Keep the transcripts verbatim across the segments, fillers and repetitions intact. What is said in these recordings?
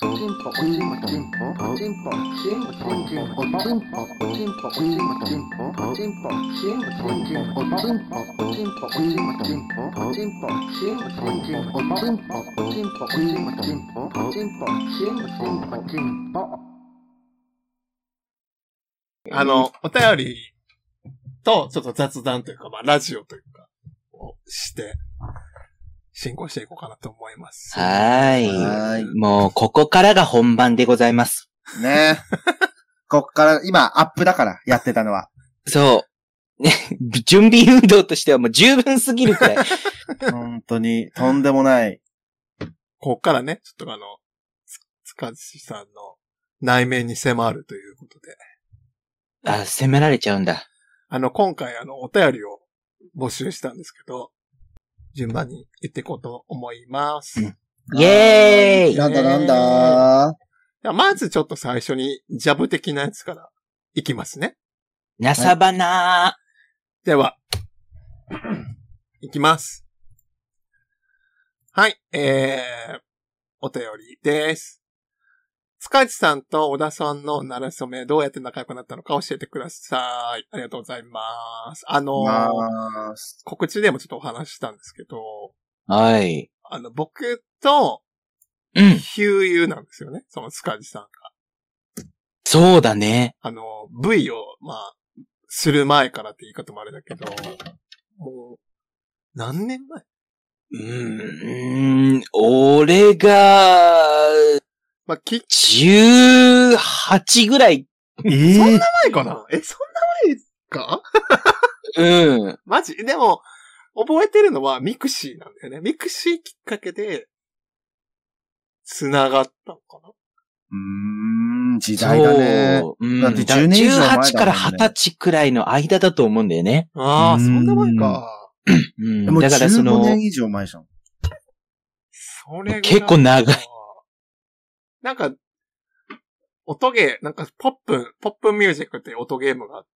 あの、お便りと、ちょっと雑談というか、まあ、ラジオというか、をして、進行していこうかなと思います。 はーい。はーい。もう、ここからが本番でございます。 ねここから、今、アップだから、やってたのは。 そう。ね、準備運動としてはもう十分すぎるくらい。 本当に、とんでもない。 ここからね、ちょっとあの、つ、つかじさんの内面に迫るということで。 あ、責められちゃうんだ。 あの、今回あの、お便りを募集したんですけど、順番に言っていこうと思います。うん、 イェーイなんだなんだーまずちょっと最初にジャブ的なやつからいきますね。 なさばなー。では、いきます。はい、えー、お便りです。塚地さんと小田さんのなれそめどうやって仲良くなったのか教えてください。ありがとうございます。あのー、告知でもちょっとお話ししたんですけど、 はい。 あの、僕と、 うん。 ヒューユーなんですよね、その塚地さんが。 そうだね。 あの、V を、まあ、する前からって言い方もあれだけど、もう、何年前？ うーん、俺が、 まあ、き、 じゅうはちぐらい。 えー、そんな前かなえ、そんな前かうん。 マジでも、覚えてるのはミクシーなんだよね。ミクシーきっかけで、繋がったのかなうーん、時代だね。 そう。うん、 だってじゅうねん以上前だもんね。 じゅうはちからはたちくらいの間だと思うんだよね。 ああ、そんな前か。 うん。 でもだからその、 じゅうごねん以上前じゃん。 それ結構長い。 なんか、音ゲー、なんかポップ、ポップミュージックっていう音ゲームがあって、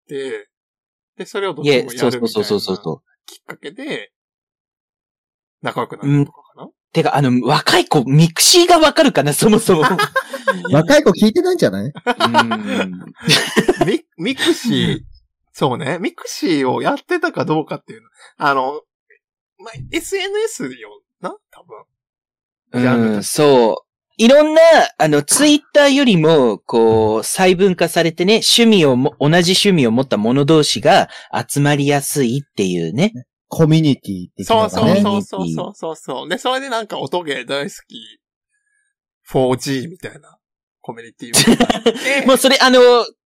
で、それをどっちもやるみたいなそうそうそうそうきっかけで、仲良くなるとかかな、うん、 てか、あの、若い子、ミクシーがわかるかな、そもそも。 若い子聞いてないんじゃない？ うんミ、ミクシー、そうね、ミクシーをやってたかどうかっていうの。あの、まあ、エスエヌエス よな多分。うん、そう。いろんな、あの、ツイッターよりも、こう、細分化されてね、趣味をも、同じ趣味を持った者同士が集まりやすいっていうね。 コミュニティってそうそうそうそうそうそう。で、それでなんか音ゲー大好き フォージー みたいなコミュニティを。もうそれ、あの、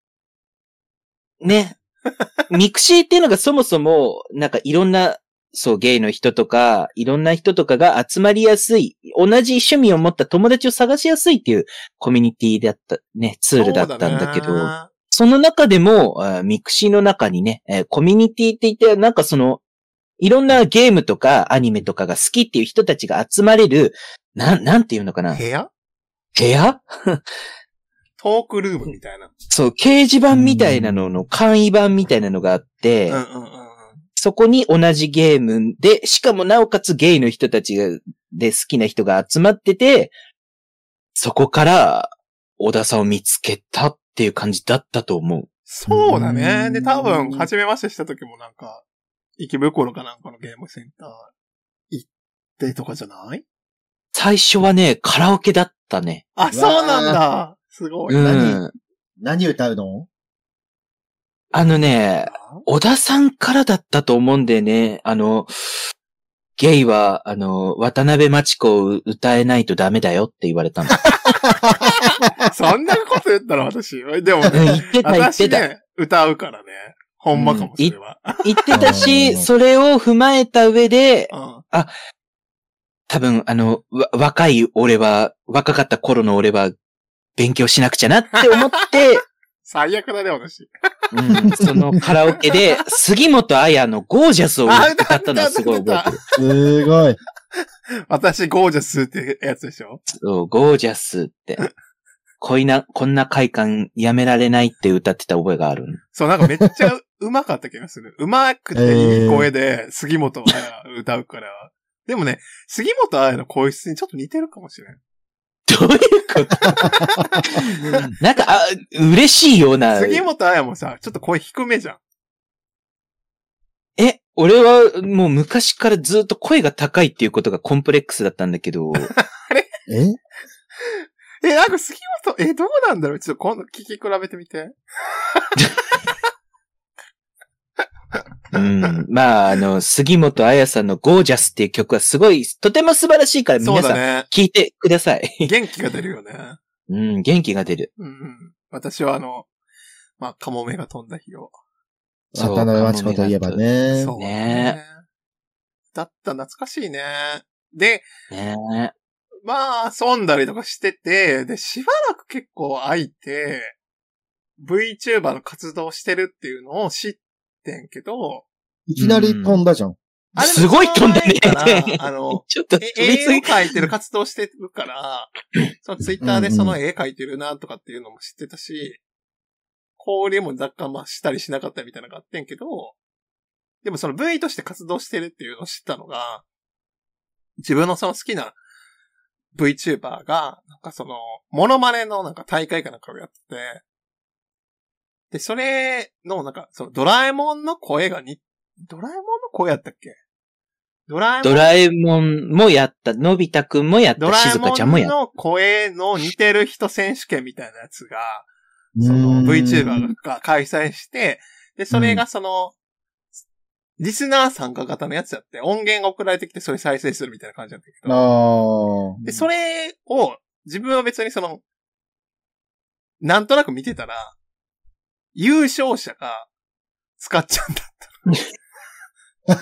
ね。ミクシーっていうのがそもそも、なんかいろんな、そう、ゲイの人とか、いろんな人とかが集まりやすい、同じ趣味を持った友達を探しやすいっていうコミュニティだった、ね、ツールだったんだけど、そ, その中でも、ミクシーの中にね、コミュニティって言って、なんかその、いろんなゲームとかアニメとかが好きっていう人たちが集まれる、なん、なんていうのかな。 部屋部屋トークルームみたいな。 そう、掲示板みたいなのの簡易版みたいなのがあって、 うんうんうん、 そこに同じゲームで、しかもなおかつゲイの人たちがで好きな人が集まってて、そこから小田さんを見つけたっていう感じだったと思う。 そうだね。で、多分、初めましてした時もなんか、池袋かなんかのゲームセンター行ってとかじゃない？ 最初はね、カラオケだったね。 あ、そうなんだ。すごい。 うん、 何、何歌うの？ あのね、小田さんからだったと思うんだよね。あの、ゲイは、あの、渡辺真知子を歌えないとダメだよって言われたの。 そんなこと言ったら私。でもね、 言ってた言ってた。 私ね、歌うからね。ほんまかもしれない。 言ってたし、それを踏まえた上で、うん、あ、多分、あの、わ、若い俺は、若かった頃の俺は、勉強しなくちゃなって思って、 最悪だね、私。 うん、そのカラオケで、杉本彩のゴージャスを歌ったのはすごい覚えてる。 すごい。 私、ゴージャスってやつでしょ？ そう、ゴージャスって。こいな、こんな快感やめられないって歌ってた覚えがある。 そう、なんかめっちゃ上手かった気がする。上手くていい声で、杉本彩歌うから。でもね、杉本彩の声質にちょっと似てるかもしれん。 どういうことなんか、あ、嬉しいような。 杉本彩もさ、ちょっと声低めじゃん。 え、俺はもう昔からずっと声が高いっていうことがコンプレックスだったんだけど。 あれええ、なんか杉本、え、どうなんだろうちょっと今度聞き比べてみて。 うん。まあ、あの、杉本彩さんのゴージャスっていう曲はすごい、とても素晴らしいから皆さん聞いてください。 元気が出るよね。 うん、元気が出る。 うんうん。私はあの、まあ、カモメが飛んだ日を。 渡辺真知子といえばね。 そうね。だった懐かしいね。で、 ね、 まあ、遊んだりとかしてて、で、しばらく結構空いて、VTuber の活動してるっていうのを知ってんけど、 いきなり飛んだじゃん。 あれすごい飛んだね。 あの、 ちょっとえ絵を描いてる活動してるから、そのツイッターでその絵描いてるなとかっていうのも知ってたし、交流も若干まあしたりしなかったみたいなのがあってんけど、でもその V として活動してるっていうのを知ったのが、自分のその好きな VTuber が、なんかその、モノマネのなんか大会かなんかをやってて、で、それのなんか、そのドラえもんの声がに、ドラえもんの声やったっけドラえもん。 ドラえもんもやった、のび太くんもやった、静香ちゃんもやった。 ドラえもんの声の似てる人選手権みたいなやつが、その VTuber が開催して、で、それがその、リスナー参加型のやつやって、音源が送られてきてそれ再生するみたいな感じだったけど。 あで、それを、自分は別にその、なんとなく見てたら、優勝者が、使っちゃうんだった。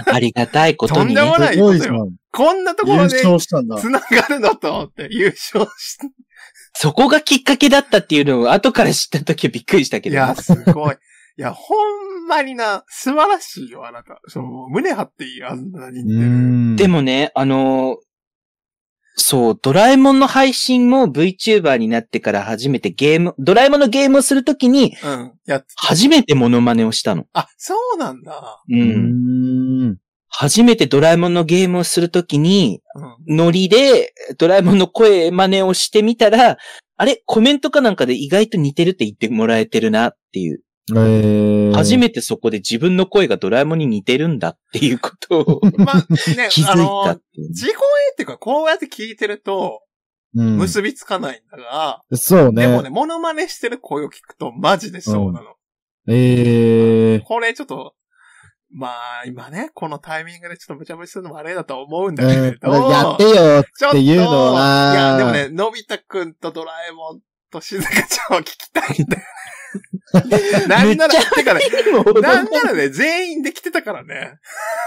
ありがたいことに、ね。 とんでもないことよ。こんなところで、 優勝したんだ。 繋がるのと思って優勝した。 そこがきっかけだったっていうのを後から知ったときはびっくりしたけど。 いや、すごい。いや、ほんまにな、素晴らしいよ、あなた。その、胸張っていい、あんなに似てる。 でもね、あのー、そう、ドラえもんの配信も VTuber になってから初めてゲーム、ドラえもんのゲームをするときに、 うん、やって。 初めてモノマネをしたの。 あ、そうなんだ。 うん。うん初めてドラえもんのゲームをするときに、うん、ノリでドラえもんの声真似をしてみたら、あれコメントかなんかで意外と似てるって言ってもらえてるなっていう。 えー、 初めてそこで自分の声がドラえもんに似てるんだっていうことをまあ、ね、気づいたっていう。 自己演っていうかこうやって聞いてると結びつかないんだが、 うん、そうね。 でもね、モノマネしてる声を聞くとマジでそうなの。 うん、えー、 これちょっと、まあ、今ね、このタイミングでちょっと無茶ぶりするのもあれだと思うんだけれど。 うん、やってよっていうのは。 いや、でもね、のび太くんとドラえもんと静香ちゃんは聞きたいんだよ。なんなら、てかね、なんならね、全員で来てたからね。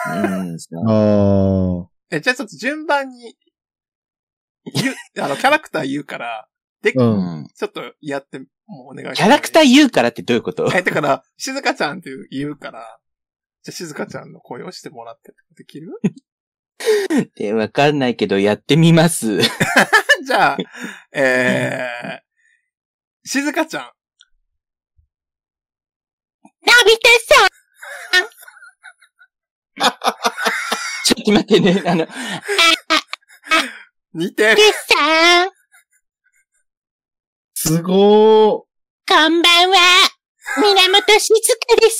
うん、 え、じゃあちょっと順番に、言う、あの、キャラクター言うから、で、うん、ちょっとやって、もうお願いします。 キャラクター言うからってどういうこと？ え、だから、静香ちゃんって言うから、じゃあ静香ちゃんの声をしてもらってできる？ え、わかんないけど、やってみます。 じゃあ、えー、静香ちゃん。 のび太さんちょっと待ってね、あの、 似てる。 さんすごー。 こんばんは。源静香です。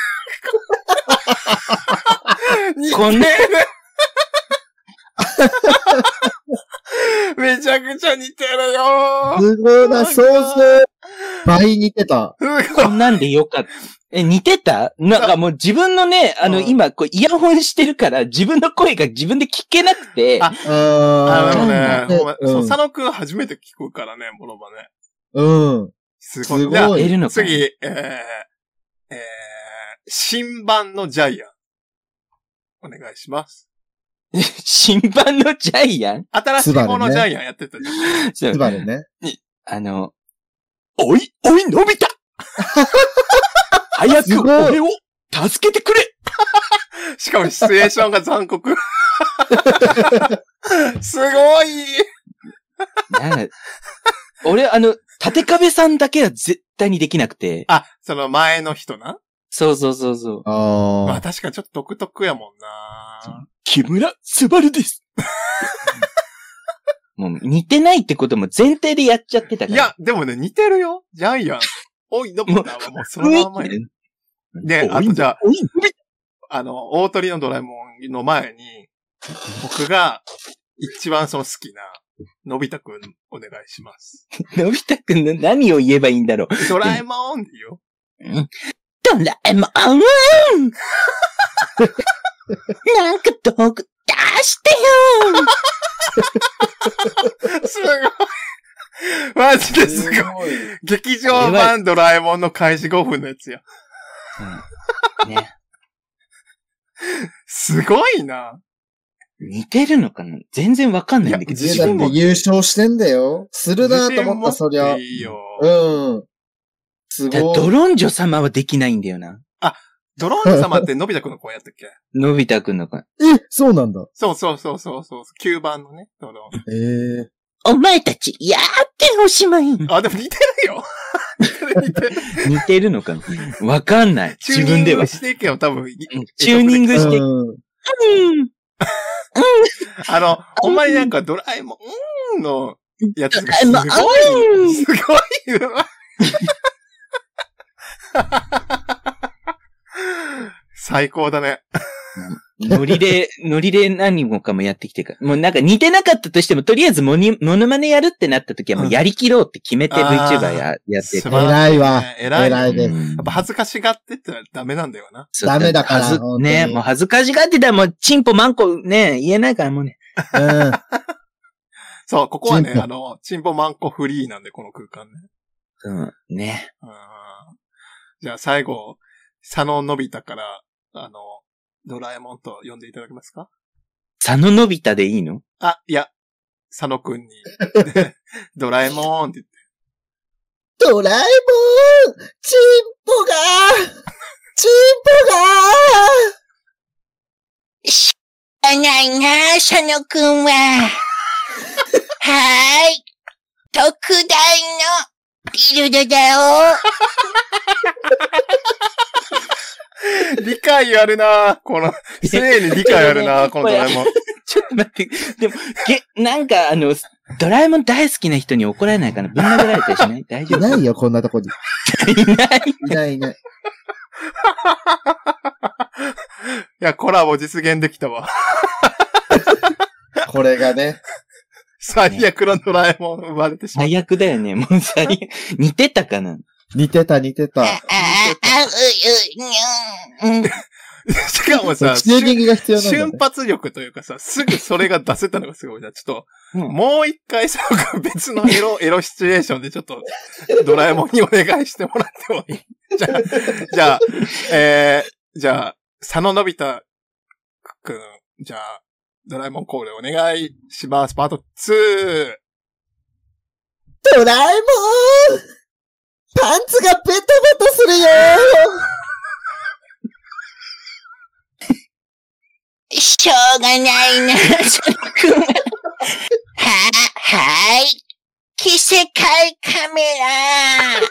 こんなめちゃくちゃ似てるよー。 すごいな、想像倍似てた。 こんなんでよかった。え、似てた？なんかもう自分のね、あの、うん、今、こう、イヤホンしてるから、自分の声が自分で聞けなくて。 あ、あのね、ごめん、そう、佐野くん初めて聞くからね、モノマネ。 うん。 すごい。 すごい。 じゃあ次、えー、えー、新版のジャイアン。お願いします。 新版のジャイアン？ 新しい方のジャイアンやってたじゃん。 スバルね。 あの、おい、おい、のび太早く俺を助けてくれしかもシチュエーションが残酷。すごいなんか俺、あの、縦壁さんだけは絶対にできなくて。 あ、その前の人な。 そうそうそうそう。 あまあ確かにちょっと独特やもんな。 木村昴です。 もう似てないってことも前提でやっちゃってたから。 いや、でもね、似てるよ。ジャイアン。おい、のび太はもうそのままや。で、あとじゃあ、 おいあの、大鳥のドラえもんの前に、僕が一番その好きな、のび太くんお願いします。 のび太くんの何を言えばいいんだろう。 ドラえもんでいいよ。 ドラえもんなんか道具出してよすごい。マジですごい。劇場版ドラえもんの開始ごふんのやつや。 うん、ね。 すごいな。 似てるのかな全然わかんないんだけど。 いや、だって優勝してんだよ。するなと思った、そりゃ。 いいよ。 うん。すごい。 ドロンジョ様はできないんだよな。 あ、ドロンジョ様ってのび太くんの声やったっけのび太くんの声。 え、そうなんだ。 そうそうそうそうそう。きゅうばんのね。ドロン。 ええー。 お前たち、やっておしまい。 あ、でも似てるよ。似てる似てる。 似てるのかなわかんない。自分では。 チューニングしていけよ、多分。 チューニングして。うん。うん。 あの、ほんまになんかドラえもんのやつがすごい、すごい。最高だね。 ノリで、ノリで何もかもやってきてから。もうなんか似てなかったとしても、とりあえずモニ、モノマネやるってなった時はもうやりきろうって決めて VTuber や、やってて。 偉いわ。 偉い。 偉いです。 やっぱ恥ずかしがってってのはダメなんだよな。 ダメだから。 ね、もう恥ずかしがってたらもうチンポマンコね、言えないからもうね。 うん。 そう、ここはね、あの、チンポマンコフリーなんで、この空間ね。 うん、ね。 うん、じゃあ最後、佐野のび太から、あの、ドラえもんと呼んでいただけますか？ 佐野のび太でいいの？ あ、いや、佐野くんに。ドラえもんって言って。 ドラえもんチンポがチンポがしゃないな、佐野くんは。はーい。特大のビルドだよ。 理解あるなこの、常に理解あるなこのドラえもん。 ちょっと待って、でも、げ、なんかあの、ドラえもん大好きな人に怒られないかな？ぶん殴られたりしない？大丈夫？ いないよ、こんなとこに。 いない。 いないいない。 いや、コラボ実現できたわ。 これがね。 最悪のドラえもん生まれてしまった。 最悪だよね。もう最悪。似てたかな？ 似てた似てた。しかもさ、 チューニングが必要なんだ、ね、 瞬発力というかさ、すぐそれが出せたのがすごいな。ちょっと、うん、もう一回さ、別のエロ、エロシチュエーションでちょっと、ドラえもんにお願いしてもらってもいい？じゃあ、じゃあ、えー、じゃあ、佐野のび太くん、じゃあ、ドラえもんコールお願いします。パートツー。 ドラえもんパンツがベトベトするよしょうがないな、佐野くんは。は、はーい。着せ替えカメラ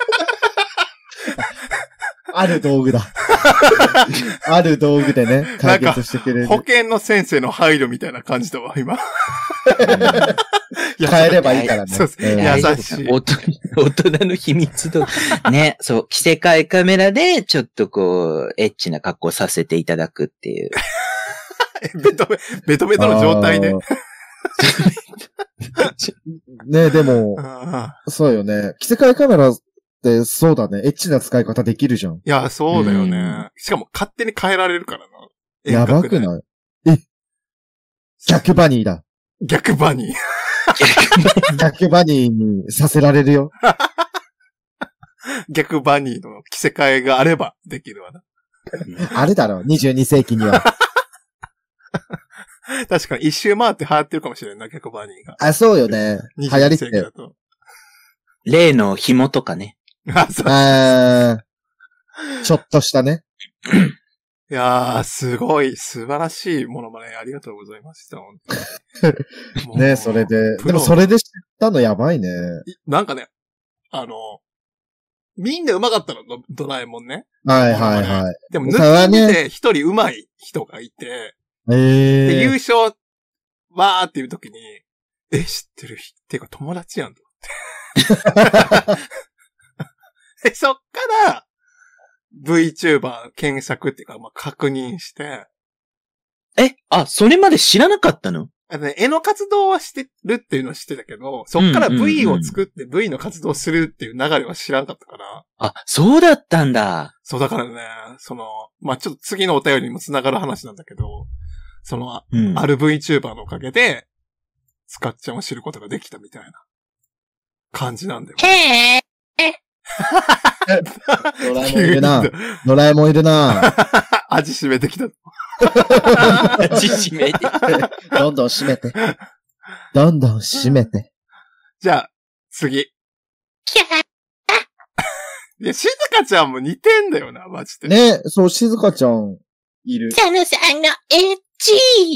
ある道具だ。ある道具でね、解決してくれる。 保健の先生の配慮みたいな感じだわ、今。 変えればいいからね。 そうです、うん、優しい。 大人、大人の秘密と、ね、そう、着せ替えカメラで、ちょっとこう、エッチな格好させていただくっていう。 ベトベ、ベトベトの状態で。 ねでも、そうよね。着せ替えカメラってそうだね。エッチな使い方できるじゃん。 いや、そうだよね。しかも勝手に変えられるからな。 やばくない？え逆バニーだ。 逆バニー。 逆バニーにさせられるよ。 逆バニーの着せ替えがあればできるわな。 あれだろ、にじゅうに世紀には。 確かに一周回って流行ってるかもしれんな、逆バニーが。 あ、そうよね。流行りって。 例の紐とかね。 あ、そう。 あちょっとしたね。 いやー、すごい、素晴らしいものまね、ありがとうございました。本当にねそれで。でもそれで知ったのやばいね。 なんかね、あの、みんな上手かったの、ドラえもんね。 はいはいはい。 でも、抜き見て一人上手い人がいて、 えー、 で、優勝、わーっていう時に、 え、知ってる人っていうか友達やんと思って。で、そっから、VTuber 検索っていうか、まあ、確認して。 え、あ、それまで知らなかったの？ あのね、絵の活動はしてるっていうのは知ってたけど、そっから V を作って V の活動するっていう流れは知らなかったから。 あ、そうだったんだ。 そう、だからね、その、まあ、ちょっと次のお便りにも繋がる話なんだけど、その、うん、ある VTuber のおかげで、スカッちゃんを知ることができたみたいな感じなんだよ。 へードラえもんいるな。ドラえもんいるな。 味しめてきた。 味しめて。 どんどん締めて。どんどん締めて。 じゃあ、次。いや、静香ちゃんも似てんだよな、マジで。 ね、そう、静香ちゃん、いる。 佐野さんのエッチ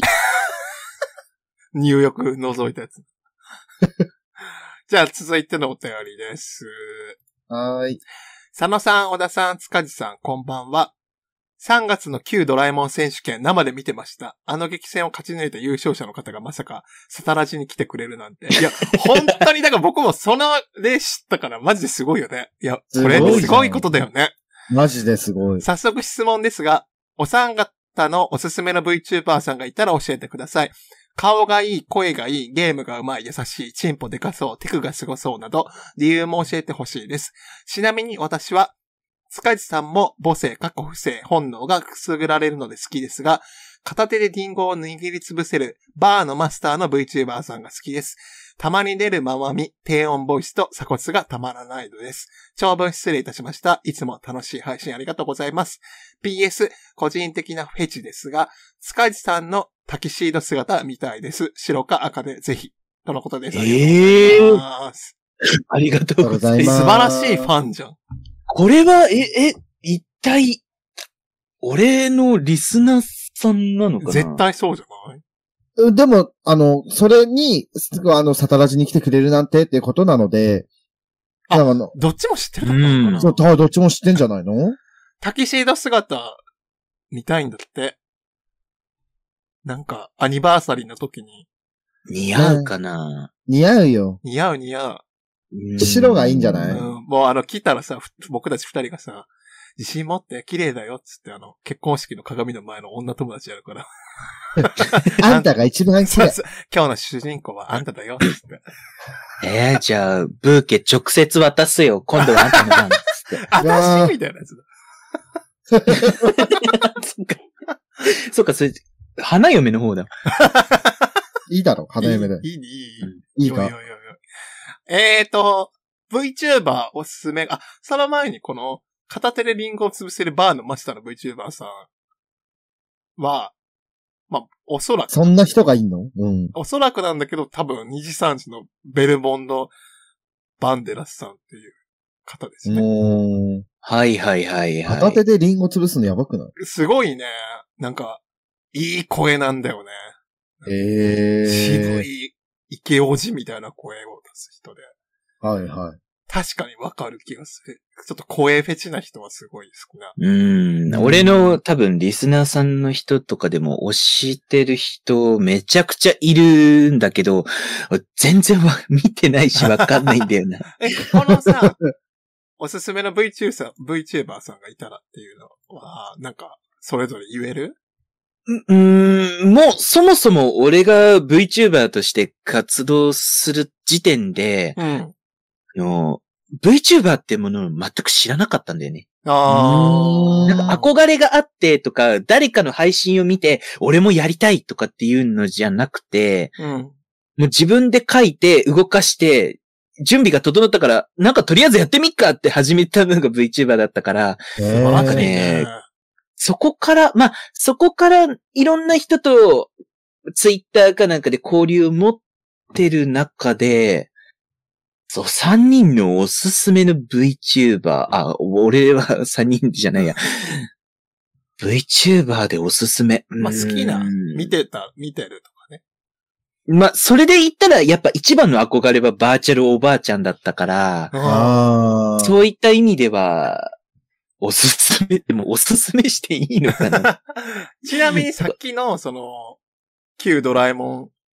入浴覗いたやつ。じゃあ、続いてのお便りです。 はーい。 佐野さん、小田さん、塚地さん、こんばんは。さんがつの旧ドラえもん選手権生で見てました。あの激戦を勝ち抜いた優勝者の方がまさかサタラジに来てくれるなんて。いや、本当にだから僕もその例知ったからマジですごいよね。いや、これすごいことだよね。 マジですごい。 早速質問ですが、お三方のおすすめの VTuber さんがいたら教えてください。顔がいい、声がいい、ゲームがうまい、優しい、チンポでかそう、テクがすごそうなど、理由も教えてほしいです。ちなみに私は、塚地さんも母性、過去不正、本能がくすぐられるので好きですが、片手でリンゴを握りつぶせるバーのマスターの VTuber さんが好きです。たまに出るままみ、低音ボイスと鎖骨がたまらないのです。長文失礼いたしました。いつも楽しい配信ありがとうございます。ピーエス、個人的なフェチですが、塚地さんのタキシード姿見たいです。白か赤でぜひ。とのことです。 ええー。ありがとうございます。 素晴らしいファンじゃん。 これは、え、え、一体、俺のリスナーさんなのかな？ 絶対そうじゃない？でも、あの、それに、あの、サタラジに来てくれるなんてっていうことなので、 あ、あのどっちも知ってるのかな？ そう、どっちも知ってんじゃないの？ タキシード姿、見たいんだって。なんか、アニバーサリーの時に。 似合うかな？ 似合うよ。 似合う似合う。 白がいいんじゃない？ うん、もうあの、来たらさ、僕たち二人がさ、自信持って綺麗だよっつってあの、結婚式の鏡の前の女友達やるから。 あんたが一番綺麗。 今日の主人公はあんただよっつって。 えー、じゃあ、ブーケ直接渡すよ。今度はあんたの番っつって。 私みたいなやつだ。 そっか。そっか、それ、花嫁の方だ。 いいだろ、花嫁で。 いい、いい、いい。いいか。 えーと、VTuber おすすめ、あ、その前にこの、片手でリンゴを潰せるバーのマスターの VTuber さんは、まあ、おそらく。 そんな人がいんの？うん。 おそらくなんだけど、多分にじさんじのベルモンド・バンデラスさんっていう方ですね。 もう。 はいはいはいはい。 片手でリンゴ潰すのやばくない？ すごいね。なんか、いい声なんだよね。 ええー。 渋い、イケオジみたいな声を出す人で。 はいはい。 確かにわかる気がする。ちょっと声フェチな人はすごい好きな。 うーん。俺の多分リスナーさんの人とかでも推してる人めちゃくちゃいるんだけど、全然は見てないしわかんないんだよな。 え、このさ、おすすめの VTuber さん、VTuber さんがいたらっていうのは、なんか、それぞれ言える？ うーん、もうそもそも俺が VTuber として活動する時点で、 うん、 の VTuber ってものを全く知らなかったんだよね。 ああ。なんか憧れがあってとか、誰かの配信を見て、俺もやりたいとかっていうのじゃなくて、 うん、もう自分で書いて動かして、準備が整ったから、なんかとりあえずやってみっかって始めたのが VTuber だったから、 なんかね、 そこから、まあ、そこからいろんな人と Twitter かなんかで交流を持ってる中で、そう、三人のおすすめの VTuber、あ、俺は三人じゃないや。VTuber でおすすめ。 まあ、好きな、見てた、見てるとかね。 まあ、それで言ったら、やっぱ一番の憧れはバーチャルおばあちゃんだったから、 あそういった意味では、おすすめ、でもおすすめしていいのかな。 ちなみにさっきの、その、旧ドラえもん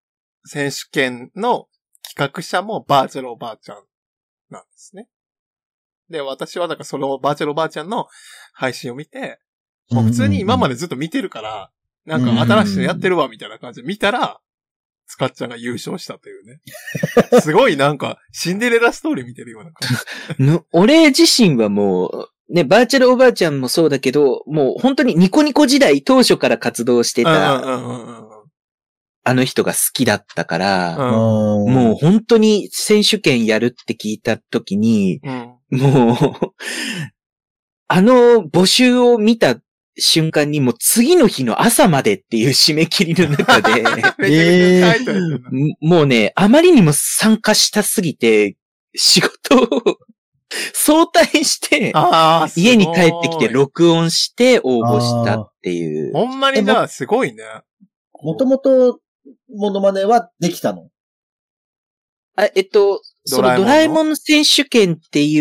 選手権の企画者もバーチャルおばあちゃんなんですね。で、私はだからそのバーチャルおばあちゃんの配信を見て、もう普通に今までずっと見てるから、なんか新しいのやってるわみたいな感じで見たら、スカッちゃんが優勝したというね。すごいなんか、シンデレラストーリー見てるような感じ。 の俺自身はもう、ね、バーチャルおばあちゃんもそうだけど、もう本当にニコニコ時代当初から活動してた、あの人が好きだったから、うん、もう本当に選手権やるって聞いた時に、うん、もう、あの募集を見た瞬間にもう次の日の朝までっていう締め切りの中で、えー、もうね、あまりにも参加したすぎて、仕事を早退して、家に帰ってきて録音して応募したっていう。 ほんまにだ、すごいね。 もともと、モノマネはできたの？ あ、えっと、そのドラえもん選手権っていう、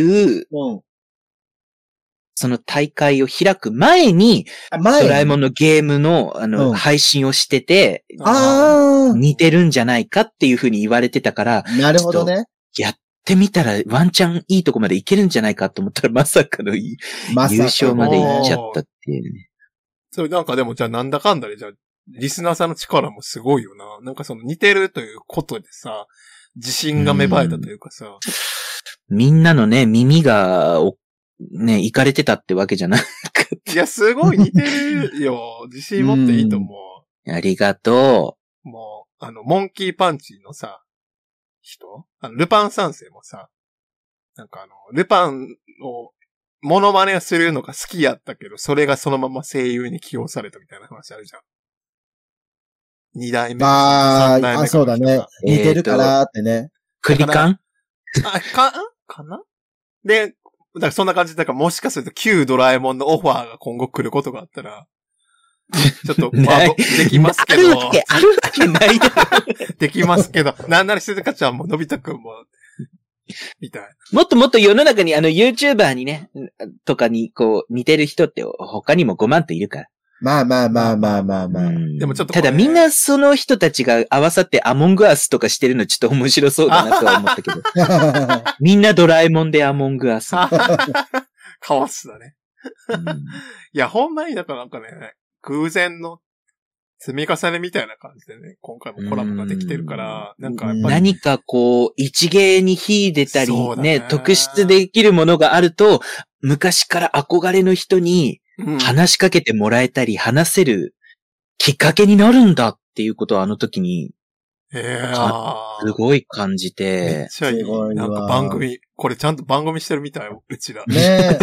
うん、その大会を開く前に、前にドラえもんのゲームの、あの、うん、配信をしてて、あ似てるんじゃないかっていう風に言われてたから、 なるほどね。 やってみたらワンチャンいいとこまでいけるんじゃないかと思ったらまさかの優勝までいっちゃったっていうね。 それなんかでもじゃあなんだかんだでじゃあ、リスナーさんの力もすごいよな。なんかその似てるということでさ、自信が芽生えたというかさ。 みんなのね、耳が、ね、いかれてたってわけじゃなくて。 いや、すごい似てるよ。自信持っていいと思う。ありがとう。もう、あの、モンキーパンチのさ、人あの、ルパン三世もさ、なんかあの、ルパンを、モノマネをするのが好きやったけど、それがそのまま声優に起用されたみたいな話あるじゃん。二代目。 ああ、あ、そうだね。似てるからってね。 クリカンあ、か、かなで、だからそんな感じで、だからもしかすると旧ドラえもんのオファーが今後来ることがあったら、ちょっと、まあ、できますけど。 あるわけ、あるわけないだろ。 できますけど、なんなら静香ちゃんものび太くんも、みたい。 もっともっと世の中にあの YouTuber にね、とかにこう似てる人って他にもごまんといるから。 まあまあまあまあまあまあ。 でもちょっとただみんなその人たちが合わさってアモングアスとかしてるのちょっと面白そうだなとは思ったけど。みんなドラえもんでアモングアス。 カワスだね。うん、いや、ほんまにだからなんかね、偶然の積み重ねみたいな感じでね、今回もコラボができてるから、んなんかやっぱり。 何かこう、一芸に秀でたりね、ね特筆できるものがあると、昔から憧れの人に、話しかけてもらえたり、話せるきっかけになるんだっていうことをあの時に、 えー、すごい感じて。 めっちゃいい。なんか番組、これちゃんと番組してるみたいよ、うちら。 ねえ。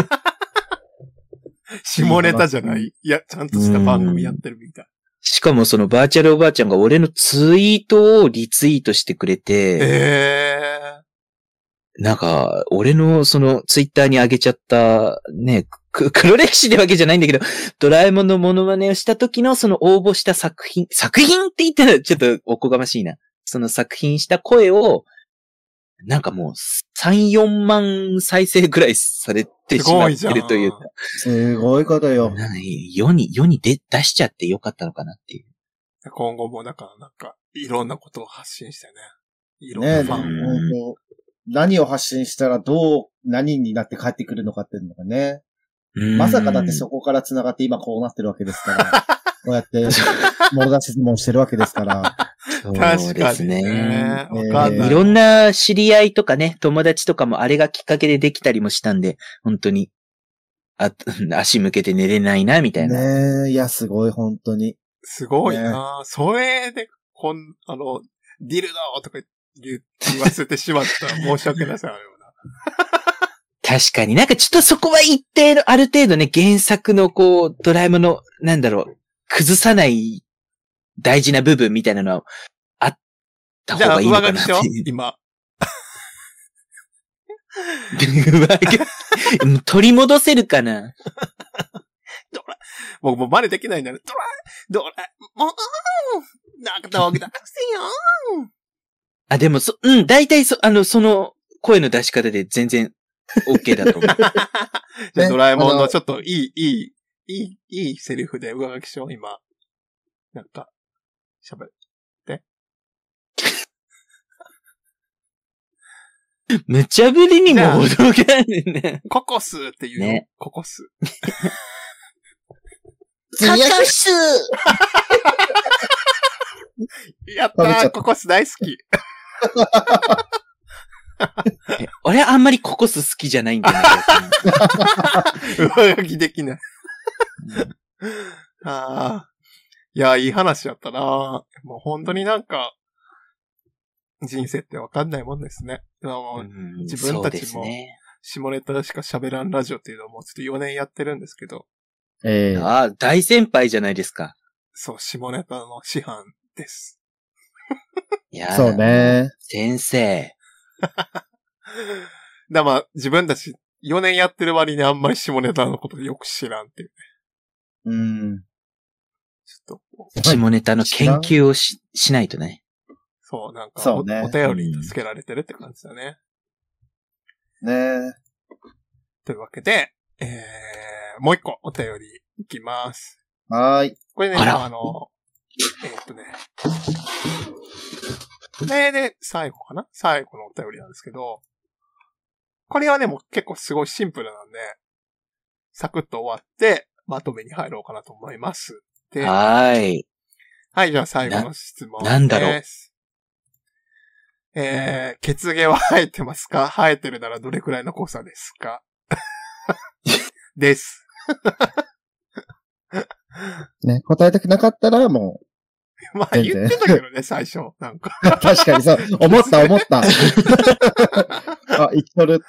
下ネタじゃない。いや、ちゃんとした番組やってるみたい。 しかもそのバーチャルおばあちゃんが俺のツイートをリツイートしてくれて、 えー、なんか、俺のそのツイッターに上げちゃった、ね、黒歴史ってわけじゃないんだけど、ドラえもんのモノマネをした時のその応募した作品、作品って言ったらちょっとおこがましいな。その作品した声を、なんかもうさん、よんまん再生ぐらいされてしまってるというか。 すごいことよ。 世に、世に出、出しちゃってよかったのかなっていう。 今後もだからなんか、いろんなことを発信してね。いろんなファンを。 ね、何を発信したらどう、何になって帰ってくるのかっていうのがね。まさかだってそこから繋がって今こうなってるわけですから。こうやって、もろ出し質問してるわけですから。 そうですね。 わかんない。 いろんな知り合いとかね、友達とかもあれがきっかけでできたりもしたんで、本当に、あ、足向けて寝れないな、みたいな。 ねえ、いや、すごい、本当に。 すごいな、ね、それで、こん、あの、ディルドとか言わせてしまったら申し訳なさあるよな。 確かになんかちょっとそこは一定の、ある程度ね、原作のこう、ドラえもんの、なんだろう、崩さない大事な部分みたいなのはあった方がいいのかなっていう。 じゃあ、上書きしよう今。 取り戻せるかなドラ、僕もう真似できないんだね。ドラ、ドラ、もう、なんか道具出せよ。 あ、でもそ、うん、大体そ、あの、その声の出し方で全然 OK だと思う。 じゃあドラえもんのちょっといい、いい、いい、いいセリフで上書きしよう、今。なんか、喋って。 無茶ぶりにも程があるね。 ココスっていうの、 ね、 ココス。 ココスやったー、ココス大好き。 俺はあんまりココス好きじゃないんだよね。 上書きできない。ああ。いや、いい話やったな。もう本当になんか、人生ってわかんないもんですね。もう自分たちも、下ネタしか喋らんラジオっていうのをもうちょっとよねんやってるんですけど。 ええー。 ああ、大先輩じゃないですか。 そう、下ネタの師範です。 いやそうね。 先生。 だまあ、自分たちよねんやってる割にあんまり下ネタのことよく知らんっていうね。 うん。 ちょっと。下ネタの研究をし、しないとね。 そう、なんかそうね、 お、お便りに助けられてるって感じだね。 ねえ。 というわけで、えー、もう一個お便りいきます。 はーい。 これね、あ, あの、えー、っとね。これで最後かな最後のお便りなんですけど、これはね、もう結構すごいシンプルなんで、サクッと終わって、まとめに入ろうかなと思います。で、 はい。 はい、じゃあ最後の質問です。 な、なんだろう。 えー、血毛は生えてますか？生えてるならどれくらいの濃さですか？です。 ね、答えたくなかったらもう。まあ言ってたけどね、最初。なんか。 確かにそう。思った思った。あ、生きとるって。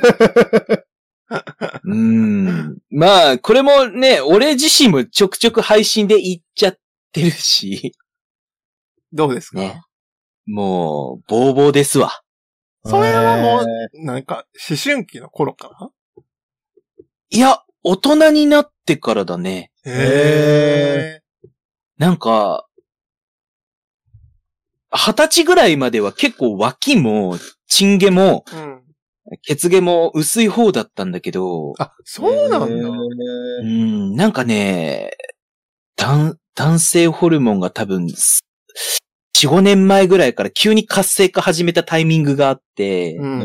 うーん。まあ、これもね、俺自身もちょくちょく配信で言っちゃってるし。 どうですか？ ね。もう、ボーボーですわ。 それはもう、なんか、思春期の頃かな？ いや、大人になってからだね。 へー。 なんか、二十歳ぐらいまでは結構脇も、チン毛も、うん、血毛も薄い方だったんだけど。 あ、そうなんだ。 うん、なんかね、男、男性ホルモンが多分、よん、ごねんまえぐらいから急に活性化始めたタイミングがあって、うん、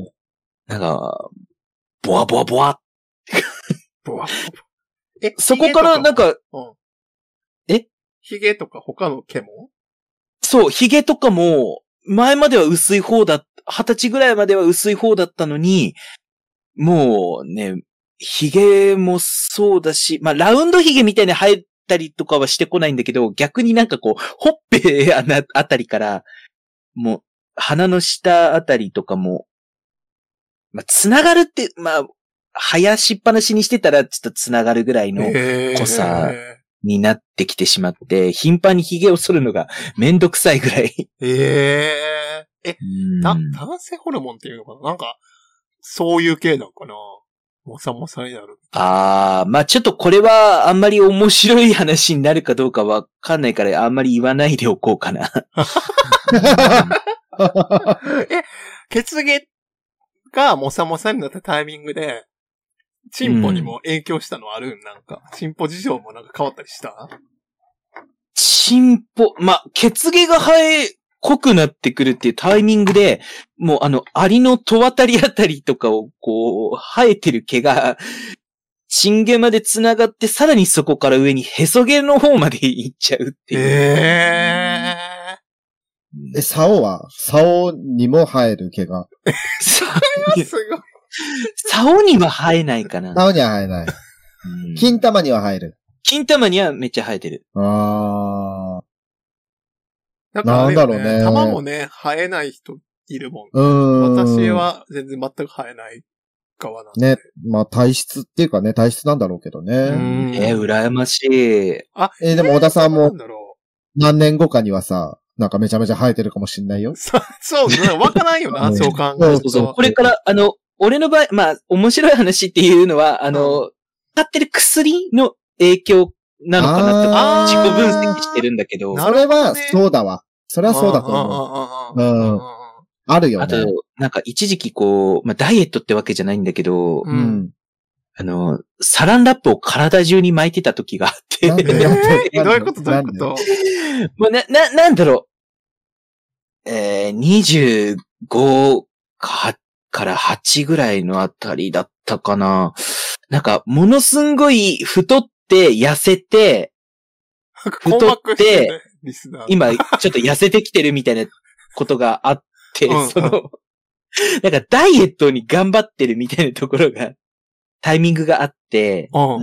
なんか、ボワボワボワボワボワ。 え、そこからなんか、うん、え？ 髭とか他の毛も？ そう、髭とかも、前までは薄い方だ、二十歳ぐらいまでは薄い方だったのに、もうね、髭もそうだし、まあ、ラウンド髭みたいに生えたりとかはしてこないんだけど、逆になんかこう、ほっぺあなあたりから、もう、鼻の下あたりとかも、まあ、繋がるって、まあ、生やしっぱなしにしてたらちょっと繋がるぐらいの濃さになってきてしまって、頻繁に髭を剃るのがめんどくさいぐらい。 ええー。え、だ、男性ホルモンっていうのかな？なんか、そういう系なのかな？もさもさになる。 ああ、まあちょっとこれはあんまり面白い話になるかどうかわかんないからあんまり言わないでおこうかな。 え、血毛がもさもさになったタイミングで、チンポにも影響したのあるん、なんか。チンポ事情もなんか変わったりした？ チンポ、ま、血毛が生え、濃くなってくるっていうタイミングで、もうあの、アリの戸渡りあたりとかをこう、生えてる毛が、チン毛まで繋がって、さらにそこから上にへそ毛の方まで行っちゃうっていう。 えー。え、竿は竿にも生える毛が。 それはすごい。 竿には生えないかな。 竿には生えない。うん、金玉には生える。 金玉にはめっちゃ生えてる。 あー。 なんか、ね、なんだろうね。玉もね、生えない人いるもん。 うん。 私は全然全く生えない側なんで。 ね。まあ体質っていうかね、体質なんだろうけどね。 うんえー、羨ましい。 あ、えー、でも小田さんも、何年後かにはさ、なんかめちゃめちゃ生えてるかもしんないよ。 そう、そう、わからんよな、そう考えると。 そうそう。これから、あの、俺の場合、まあ、面白い話っていうのは、あの、うん、使ってる薬の影響なのかなって、自己分析してるんだけど。 それは、そうだわ。それはそうだと思う。うん。あるよね。 あと、なんか一時期こう、まあ、ダイエットってわけじゃないんだけど、 うん。 あの、サランラップを体中に巻いてた時があって。 えー、どういうことどういうことまあ、な、な、なんだろう。えー、にじゅうごか、からはちぐらいのあたりだったかな。なんか、ものすんごい太って痩せて、太って、今、ちょっと痩せてきてるみたいなことがあって、うん、その、なんかダイエットに頑張ってるみたいなところが、タイミングがあって、うん、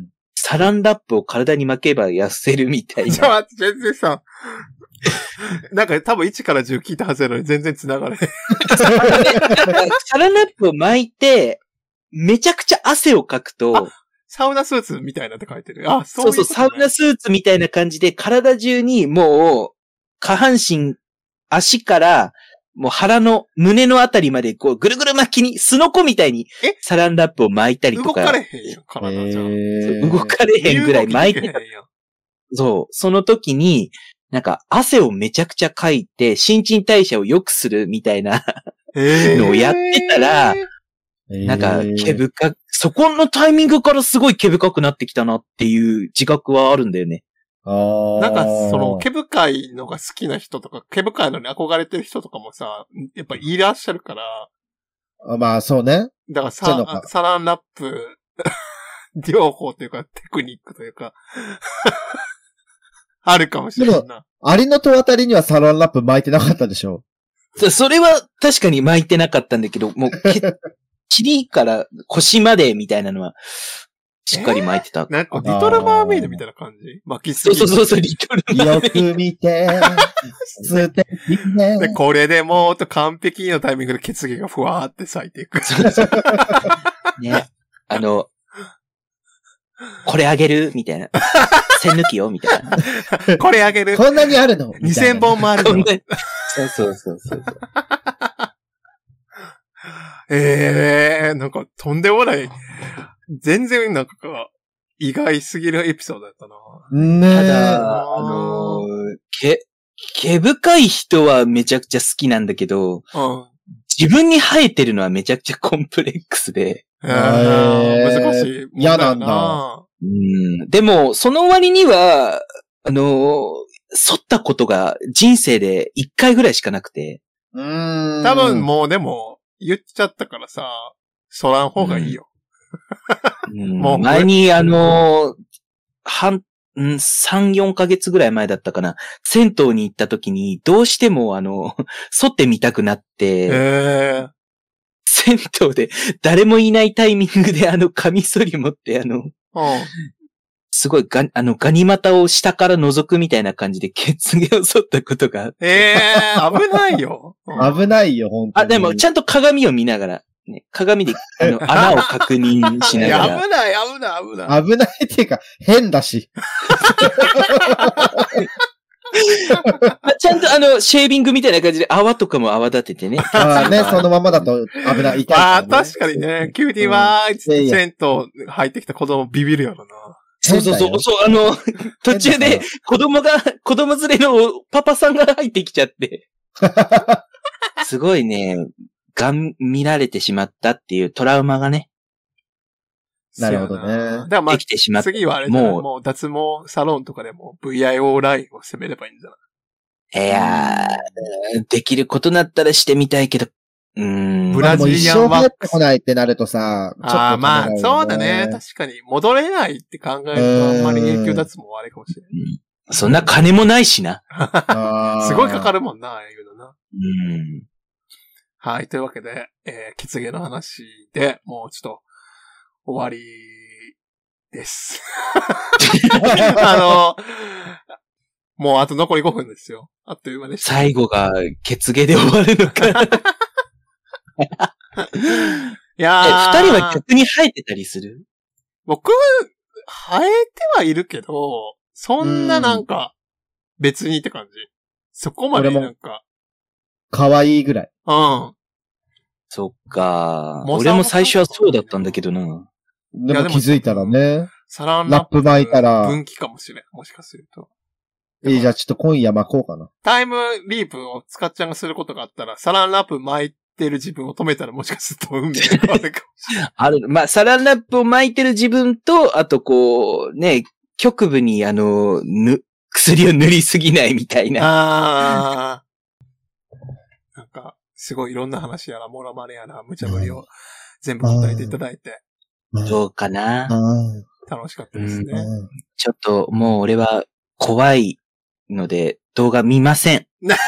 サランラップを体に巻けば痩せるみたいな。 ちょ、待って、全然さ、なんか多分いちからじゅう聞いたはずなのに全然繋がれない。 サランラップを巻いて、めちゃくちゃ汗をかくと、 サウナスーツみたいなって書いてる。あ、 そういうことね。そうそう、サウナスーツみたいな感じで、体中にもう、下半身、足から、もう腹の、胸のあたりまで、こう、ぐるぐる巻きに、スノコみたいに、サランラップを巻いたりとか。 動かれへんよ、体じゃん。 動かれへんぐらい巻いてた。そう。その時に、なんか、汗をめちゃくちゃかいて、新陳代謝を良くするみたいなのをやってたら、なんか、毛深、そこのタイミングからすごい毛深くなってきたなっていう自覚はあるんだよね。 あなんか、その、毛深いのが好きな人とか、毛深いのに憧れてる人とかもさ、やっぱいらっしゃるから。 あまあ、そうね。 だからさ、サランラップ、療法というか、テクニックというか、あるかもしれないな。 アリの戸あたりにはサランラップ巻いてなかったでしょ？ それは確かに巻いてなかったんだけど、もう、尻から腰までみたいなのは、しっかり巻いてた。えー、 なんか、リトルマーメイドみたいな感じ巻きすぎ。 そうそうそう、リトルマーメイド。 よく見て、素敵ね。 で、これでもうと完璧のタイミングで血毛がふわーって咲いていく。 ね。あの、これあげるみたいな。線抜きよみたいな。これあげる。 こんなにあるのにせんぼんもあるの。 そうそうそうそう。 ええー、なんかとんでもない。全然なんか意外すぎるエピソードだったな。 ねえ。 ただ、あのー、毛、毛深い人はめちゃくちゃ好きなんだけど、うん、自分に生えてるのはめちゃくちゃコンプレックスで。 えー、難しい。 嫌なんだ。 うん。でも、その割には、あのー、剃ったことが人生で一回ぐらいしかなくて。 うーん。 多分もうでも、言っちゃったからさ、剃らん方がいいよ。 うん、もう前にあのー、半、ん、さん、よんかげつぐらい前だったかな。銭湯に行った時に、どうしてもあの、剃ってみたくなって、 へー、 銭湯で誰もいないタイミングであの、カミソリ持ってあの、うん、すごいガ、あの、ガニ股を下から覗くみたいな感じで血毛を剃ったことがあって。 ええー、危ないよ。 危ないよ、本当に。 あ、でも、ちゃんと鏡を見ながら、ね、鏡で、あの、穴を確認しながら。 危ない、危ない、危ない。 危ないっていうか、変だし。 ちゃんとあの、シェービングみたいな感じで泡とかも泡立ててね。 ああね、そのままだと危ない。痛い、ね。 ああ、確かにね。急にわーいって銭湯入ってきた子供ビビるやろな。 そうそうそう、そう、あの、途中で子供が、子供連れのパパさんが入ってきちゃって。すごいね、がん、見られてしまったっていうトラウマがね。 なるほどね。 だからまあ、 できてしまった。 次はあれだもう、もう脱毛サロンとかでも ブイアイオー ラインを攻めればいいんじゃない？ いやー、できることなったらしてみたいけど、うーん。 ブラジリアンワックス。一生入ってこないってなるとさ、 ちょっと、ね。ああ、まあ、そうだね。確かに。戻れないって考えると、あんまり永久脱毛はあれかもしれない。 うん、そんな金もないしな。 すごいかかるもんな、ああいうのな。 うん。 はい。というわけで、えー、血毛の話でもうちょっと終わりです。あの、もうあと残りごふんですよ。あっという間でした。 最後が血毛で終わるのか。 いやー。え、二人は逆に生えてたりする？ 僕、生えてはいるけど、そんななんか、別にって感じ。そこまでなんか。 可愛いぐらい。 うん。 そっか。俺も最初はそうだったんだけどな。 でも気づいたらね。 サランラップ巻いたら。 分岐かもしれん。もしかすると。 えー、じゃあちょっと今夜巻こうかな。 タイムリープをスカッちゃんがすることがあったら、サランラップ巻いてる自分を止めたらもしかすると運命が変わるかもしれない。 ある。まあ、サランラップを巻いてる自分と、あとこう、ね、局部にあの、ぬ、薬を塗りすぎないみたいな。 ああ。なんか、 すごいいろんな話やら、モラマネやら、無茶ぶりを全部答えていただいて、 どうかな。 楽しかったですね。 うんちょっともう俺は怖いので動画見ません。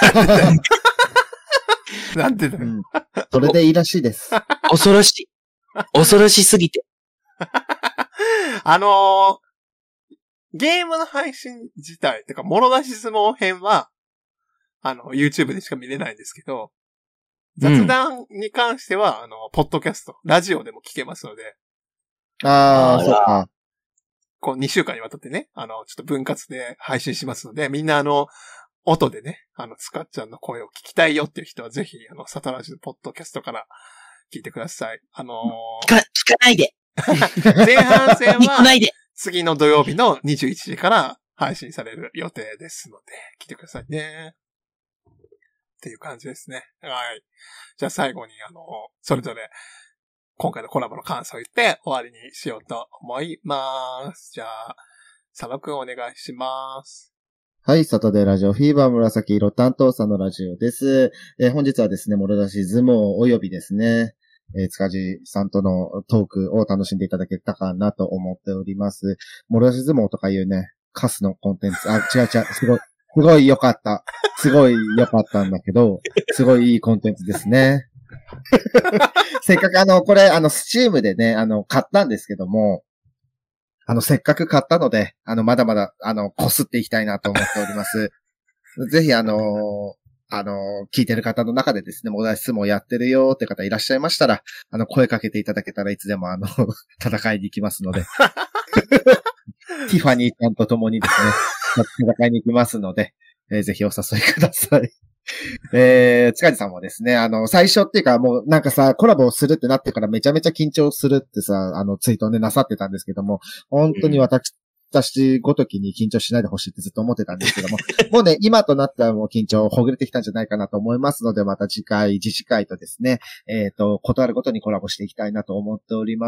なんてだよ。 うん。それでいいらしいです。 恐ろしい。恐ろしすぎて。 あのー、ゲームの配信自体、てか、もろ出し相撲編は、あの、YouTube でしか見れないんですけど、雑談に関しては、うん、あの、ポッドキャスト、ラジオでも聞けますので、 ああ、そうか。 こうにしゅうかんにわたってね、あの、ちょっと分割で配信しますので、みんなあの、音でね、あの、つかっちゃんの声を聞きたいよっていう人は、ぜひ、あの、サタラジのポッドキャストから聞いてください。あのー、 聞か、聞かないで。 前半戦聞かなは、 いで。 次の土曜日のにじゅういちじから配信される予定ですので、聞いてくださいね。っていう感じですね。はい。じゃあ最後に、あの、それぞれ、今回のコラボの感想を言って終わりにしようと思います。じゃあ、佐野くんお願いします。 はい、サタデーラジオフィーバー紫色担当さんのラジオです。えー、本日はですね、もろ出し相撲およびですね、えー、塚地さんとのトークを楽しんでいただけたかなと思っております。もろ出し相撲とかいうね、カスのコンテンツ、あ、違う違う、すごい、すごい良かった。すごい良かったんだけど、すごいいいコンテンツですね。せっかくあの、これ、あの、スチームでね、あの、買ったんですけども、あの、せっかく買ったので、あの、まだまだ、あの、こすっていきたいなと思っております。ぜひ、あのー、あのー、聞いてる方の中でですね、もろ出し相撲やってるよって方いらっしゃいましたら、あの、声かけていただけたらいつでも、あの、戦いに行きますので。ティファニーちゃんと共にですね、戦いに行きますので、えー、ぜひお誘いください。えー、塚地さんもですね、あの、最初っていうかもうなんかさ、コラボをするってなってからめちゃめちゃ緊張するってさ、あの、ツイートをね、なさってたんですけども、本当に私、うん、私ごときに緊張しないでほしいってずっと思ってたんですけども、もうね、今となってはもう緊張ほぐれてきたんじゃないかなと思いますので、また次回、次次回とですね、えっと、断るごとにコラボしていきたいなと思っております。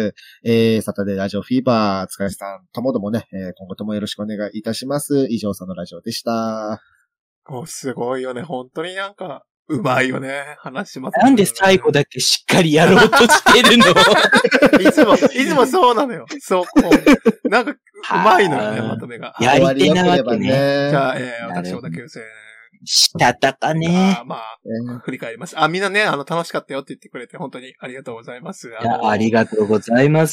えー、サタデーラジオフィーバー、塚地さんともどもね、えー、今後ともよろしくお願いいたします。以上、そのラジオでした。 お、すごいよね。本当になんか、うまいよね。話しますね。 なんで最後だけしっかりやろうとしてるのいつも、いつもそうなのよ。そう、こうなんか、うまいのよね、まとめが。 やり手なわけね。 じゃあ、えー、私、小田急線。 したたかね。 あまあ、えー、振り返ります。あ、みんなね、あの、楽しかったよって言ってくれて、本当にありがとうございます。 あいや、ありがとうございます。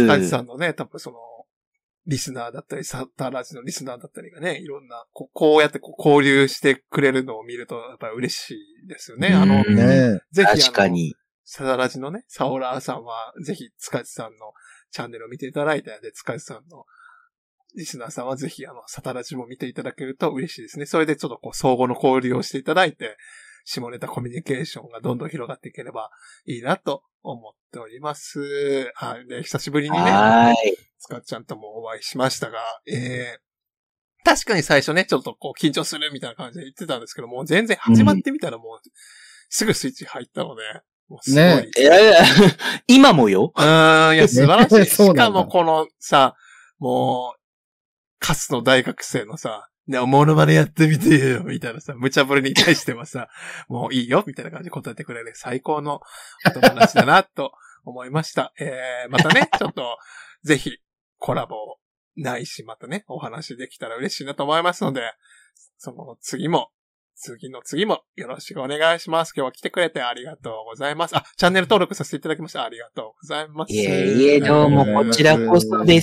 塚地さんのね、多分その、リスナーだったり、サタラジのリスナーだったりがね、いろんな、こうこうやってこう交流してくれるのを見ると、やっぱり嬉しいですよね。あの、 ね、 ぜひあの、 確かに。 サタラジのね、サオラーさんは、ぜひ、塚地さんのチャンネルを見ていただいて、で、塚地さんのリスナーさんはぜひ、あの、サタラジも見ていただけると嬉しいですね。それでちょっとこう、相互の交流をしていただいて、下ネタコミュニケーションがどんどん広がっていければいいなと思っております。はい。で、久しぶりにね、 はい。 つかっちゃんともお会いしましたが、えー、確かに最初ね、ちょっとこう緊張するみたいな感じで言ってたんですけども、全然始まってみたらもう、すぐスイッチ入ったので、もうすごい。 ねいやいや、今もよ。 うーん、いや、素晴らしい。 ね、 しかもこのさ、もう、カスの大学生のさ、ね、モノマネやってみてよ、みたいなさ、無茶ぶりに対してはさ、もういいよ、みたいな感じで答えてくれる最高のお友達だな、と思いました。えー、またね、ちょっと、ぜひ、コラボないし、またね、お話できたら嬉しいなと思いますので、その次も、次の次もよろしくお願いします。今日は来てくれてありがとうございます。あ、チャンネル登録させていただきました。ありがとうございます。 いえいえ、どうもこちらこそです。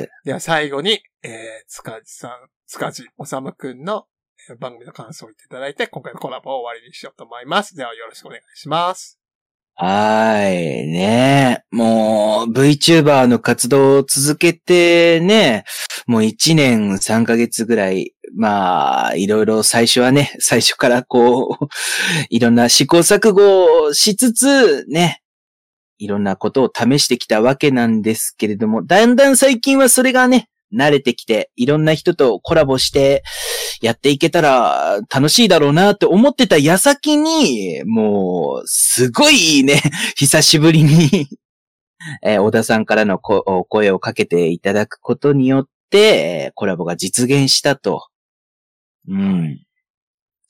では最後に、えー、塚地さん、塚地おさむくんの番組の感想を言っていただいて、今回のコラボを終わりにしようと思います。ではよろしくお願いします。 はい、ねえ。もう、VTuber の活動を続けてね、もういちねんさんかげつぐらい、まあ、いろいろ最初はね、最初からこう、いろんな試行錯誤をしつつ、ね、いろんなことを試してきたわけなんですけれども、だんだん最近はそれがね、慣れてきて、いろんな人とコラボしてやっていけたら楽しいだろうなって思ってた矢先に、もう、すごいね、久しぶりに、えー、小田さんからのこ声をかけていただくことによって、コラボが実現したと。うん。